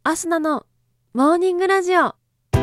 アスナのモーニングラジオ。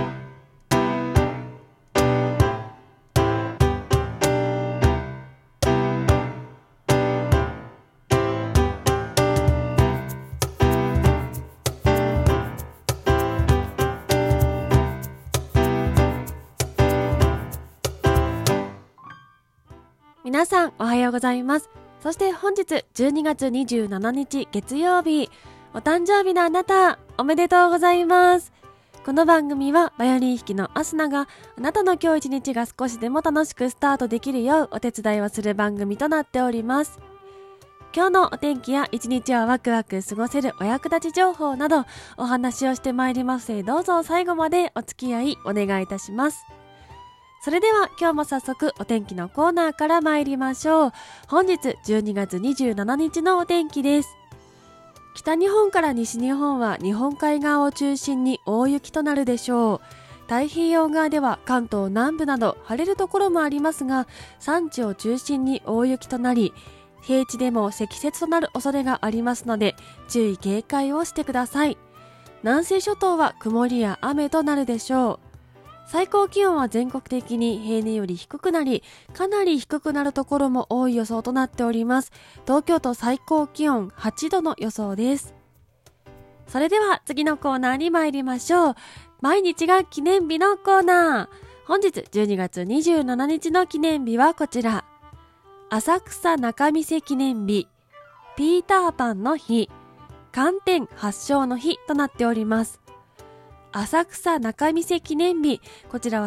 皆さんおはようございます。そして本日12月27日月曜日、お誕生日のあなたおめでとうございます。この番組はバイオリン弾きのアスナがあなたの今日一日が少しでも楽しくスタートできるようお手伝いをする番組となっております。今日のお天気や一日をワクワク過ごせるお役立ち情報などお話をしてまいりますので、どうぞ最後までお付き合いお願いいたします。それでは今日も早速お天気のコーナーから参りましょう。本日12月27日のお天気です。北日本から西日本は日本海側を中心に大雪となるでしょう。太平洋側では関東南部など晴れるところもありますが、山地を中心に大雪となり、平地でも積雪となる恐れがありますので注意警戒をしてください。南西諸島は曇りや雨となるでしょう。最高気温は全国的に平年より低くなり、かなり低くなるところも多い予想となっております。東京都最高気温8度の予想です。それでは次のコーナーに参りましょう。毎日が記念日のコーナー。本日12月27日の記念日はこちら。浅草仲見世記念日、ピーターパンの日、寒天発祥の日となっております。浅草仲見世記念日、こちらは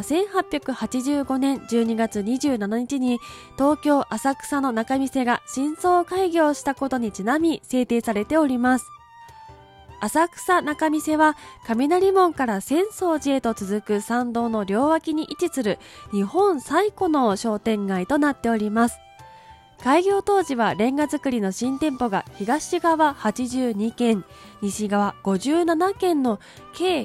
1885年12月27日に東京浅草の仲見世が新装開業したことにちなみ制定されております。浅草仲見世は雷門から浅草寺へと続く参道の両脇に位置する日本最古の商店街となっております。開業当時はレンガ造りの新店舗が東側82軒、西側57軒の計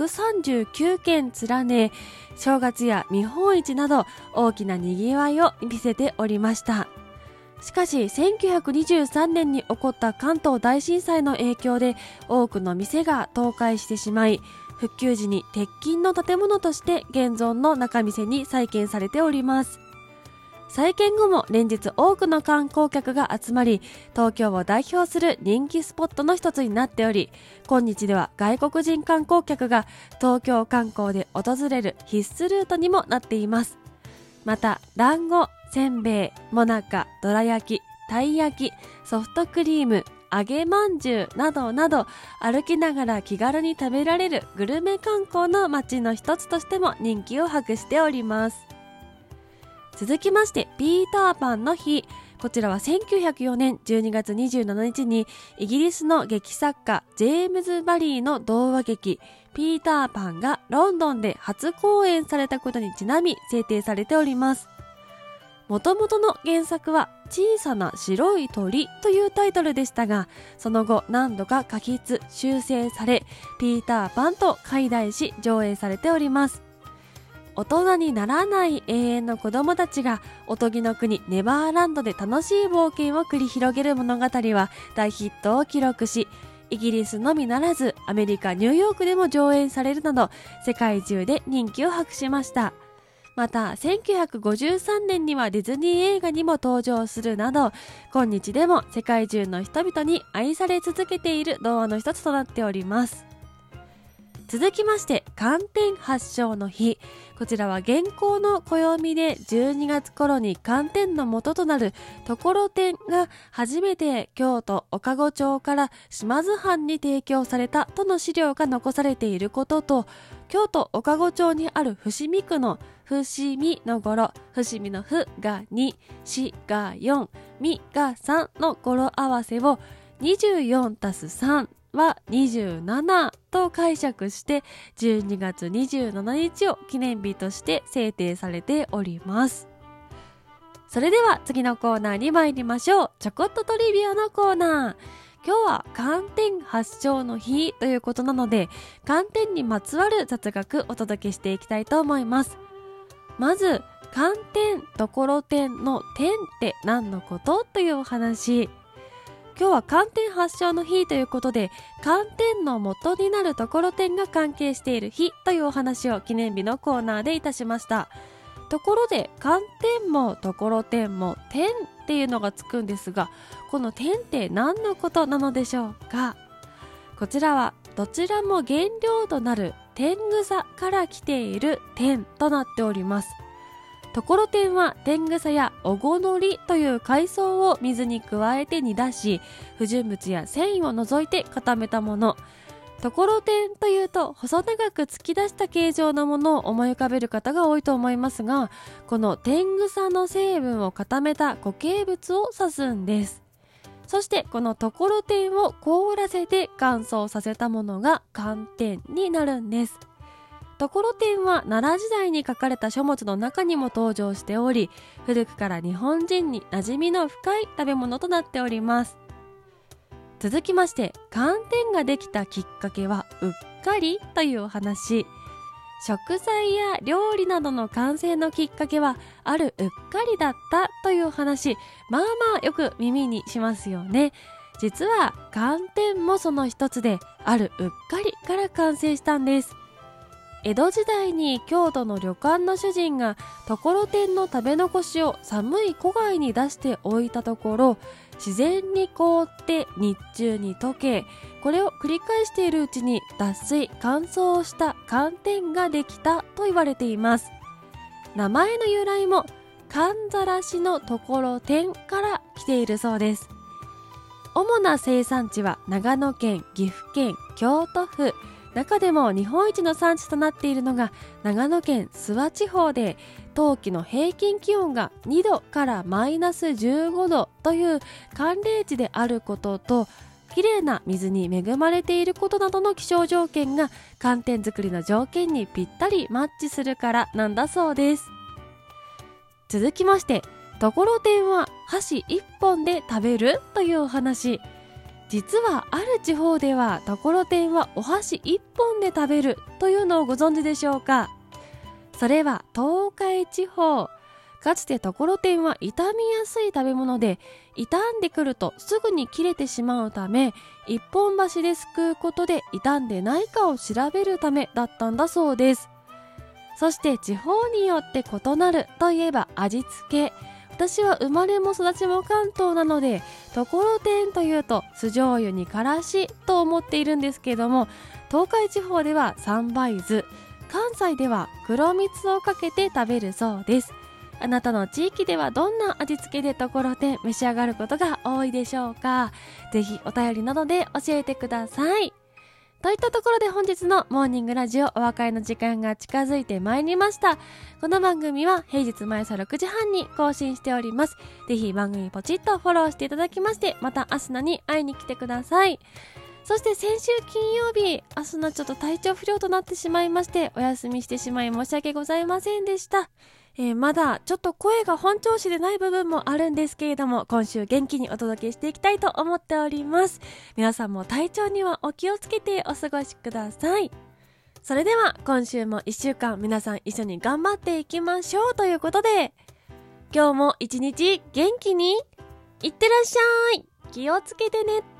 139軒連ね、正月や見本市など大きな賑わいを見せておりました。しかし1923年に起こった関東大震災の影響で多くの店が倒壊してしまい、復旧時に鉄筋の建物として現存の仲見世に再建されております。再建後も連日多くの観光客が集まり、東京を代表する人気スポットの一つになっており、今日では外国人観光客が東京観光で訪れる必須ルートにもなっています。また、団子、せんべい、もなか、どら焼き、たい焼き、ソフトクリーム、揚げまんじゅうなどなど、歩きながら気軽に食べられるグルメ観光の街の一つとしても人気を博しております。続きましてピーターパンの日、こちらは1904年12月27日にイギリスの劇作家ジェームズ・バリーの童話劇ピーターパンがロンドンで初公演されたことにちなみ制定されております。もともとの原作は小さな白い鳥というタイトルでしたが、その後何度か書き写修正されピーターパンと改題し上映されております。大人にならない永遠の子供たちがおとぎの国ネバーランドで楽しい冒険を繰り広げる物語は大ヒットを記録し、イギリスのみならずアメリカ・ニューヨークでも上演されるなど世界中で人気を博しました。また1953年にはディズニー映画にも登場するなど、今日でも世界中の人々に愛され続けている童話の一つとなっております。続きまして寒天発祥の日、こちらは現行の暦で12月頃に寒天の元となるところてんが初めて京都岡子町から島津藩に提供されたとの資料が残されていることと、京都岡子町にある伏見区の伏見の語呂、伏見のふが2、しが4、みが3の語呂合わせを24たす3は27と解釈して12月27日を記念日として制定されております。それでは次のコーナーに参りましょう。ちょこっとトリビアのコーナー。今日は寒天発祥の日ということなので、寒天にまつわる雑学お届けしていきたいと思います。まず寒天ところてんの天って何のことというお話。 今日は寒天発祥の日ということで、寒天の元になるところてんが関係している日というお話を記念日のコーナーでいたしました。ところで寒天もところてんも天っていうのがつくんですが、この天って何のことなのでしょうか。こちらはどちらも原料となる天草から来ている天となっております。ところてんは天草やおごのりという海藻を水に加えて煮出し、不純物や繊維を除いて固めたもの。ところてんというと細長く突き出した形状のものを思い浮かべる方が多いと思いますが、この天草の成分を固めた固形物を指すんです。そしてこのところてんを凍らせて乾燥させたものが寒天になるんです。ところてんは奈良時代に書かれた書物の中にも登場しており、古くから日本人に馴染みの深い食べ物となっております。続きまして、寒天ができたきっかけはうっかりというお話。食材や料理などの完成のきっかけはあるうっかりだったという話、まあまあよく耳にしますよね。実は寒天もその一つで、あるうっかりから完成したんです。江戸時代に京都の旅館の主人がところてんの食べ残しを寒い戸外に出しておいたところ、自然に凍って日中に溶け、これを繰り返しているうちに脱水乾燥した寒天ができたと言われています。名前の由来も寒ざらしのところてんから来ているそうです。主な生産地は長野県、岐阜県、京都府。中でも日本一の産地となっているのが長野県諏訪地方で、冬季の平均気温が2度からマイナス15度という寒冷地であることと、きれいな水に恵まれていることなどの気象条件が寒天作りの条件にぴったりマッチするからなんだそうです。続きまして、ところてんは箸1本で食べるというお話。実はある地方ではところてんはお箸1本で食べるというのをご存知でしょうか。それは東海地方。かつてところてんは傷みやすい食べ物で、傷んでくるとすぐに切れてしまうため、一本箸ですくうことで傷んでないかを調べるためだったんだそうです。そして地方によって異なるといえば味付け。私は生まれも育ちも関東なので、ところてんというと酢醤油にからしと思っているんですけれども、東海地方では三杯酢、関西では黒蜜をかけて食べるそうです。あなたの地域ではどんな味付けでところてん召し上がることが多いでしょうか。ぜひお便りなどで教えてください。といったところで本日のモーニングラジオお別れの時間が近づいてまいりました。この番組は平日毎朝6時半に更新しております。ぜひ番組ポチッとフォローしていただきまして、またアスナに会いに来てください。そして先週金曜日、アスナちょっと体調不良となってしまいまして、お休みしてしまい申し訳ございませんでした。まだちょっと声が本調子でない部分もあるんですけれども、今週元気にお届けしていきたいと思っております。皆さんも体調にはお気をつけてお過ごしください。それでは今週も1週間皆さん一緒に頑張っていきましょうということで、今日も一日元気にいってらっしゃい。気をつけてね。